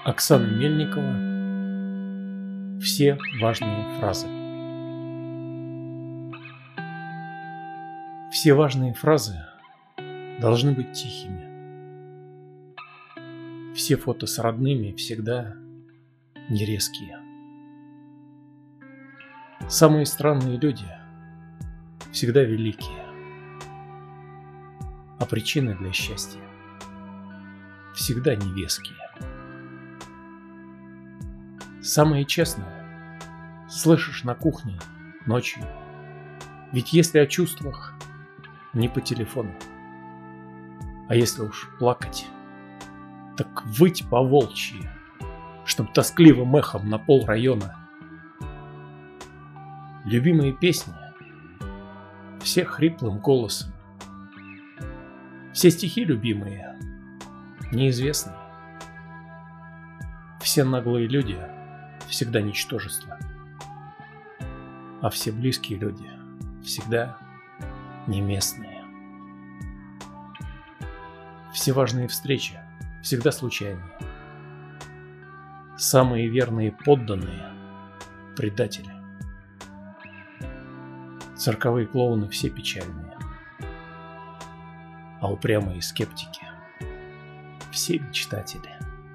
Оксана Мельникова. Все важные фразы. Все важные фразы должны быть тихими. Все фото с родными всегда нерезкие. Самые странные люди всегда великие, а причины для счастья всегда невеские. Самое честное слышишь на кухне ночью, ведь если о чувствах, не по телефону, а если уж плакать, так выть по-волчьи, чтоб тоскливым эхом на пол района. Любимые песни все хриплым голосом, все стихи любимые неизвестные, все наглые люди всегда ничтожество, а все близкие люди всегда не местные. Все важные встречи всегда случайные. Самые верные подданные — предатели. Цирковые клоуны все печальные, а упрямые скептики — все мечтатели.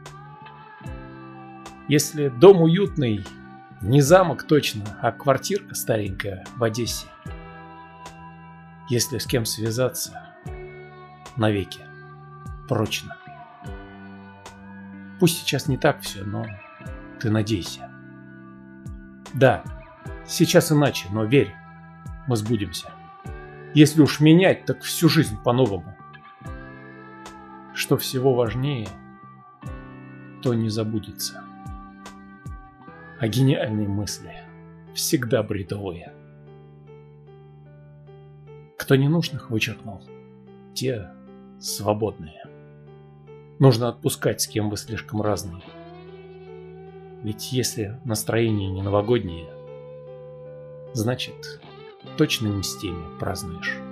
Если дом уютный, не замок точно, а квартирка старенькая в Одессе, если с кем связаться, навеки, прочно. Пусть сейчас не так все, но ты надейся. Да, сейчас иначе, но верь, мы сбудемся. Если уж менять, так всю жизнь по-новому. Что всего важнее, то не забудется. А гениальные мысли всегда бредовые. Кто ненужных вычеркнул, те свободные. Нужно отпускать, с кем вы слишком разные. Ведь если настроение не новогоднее, значит, точно не с теми празднуешь.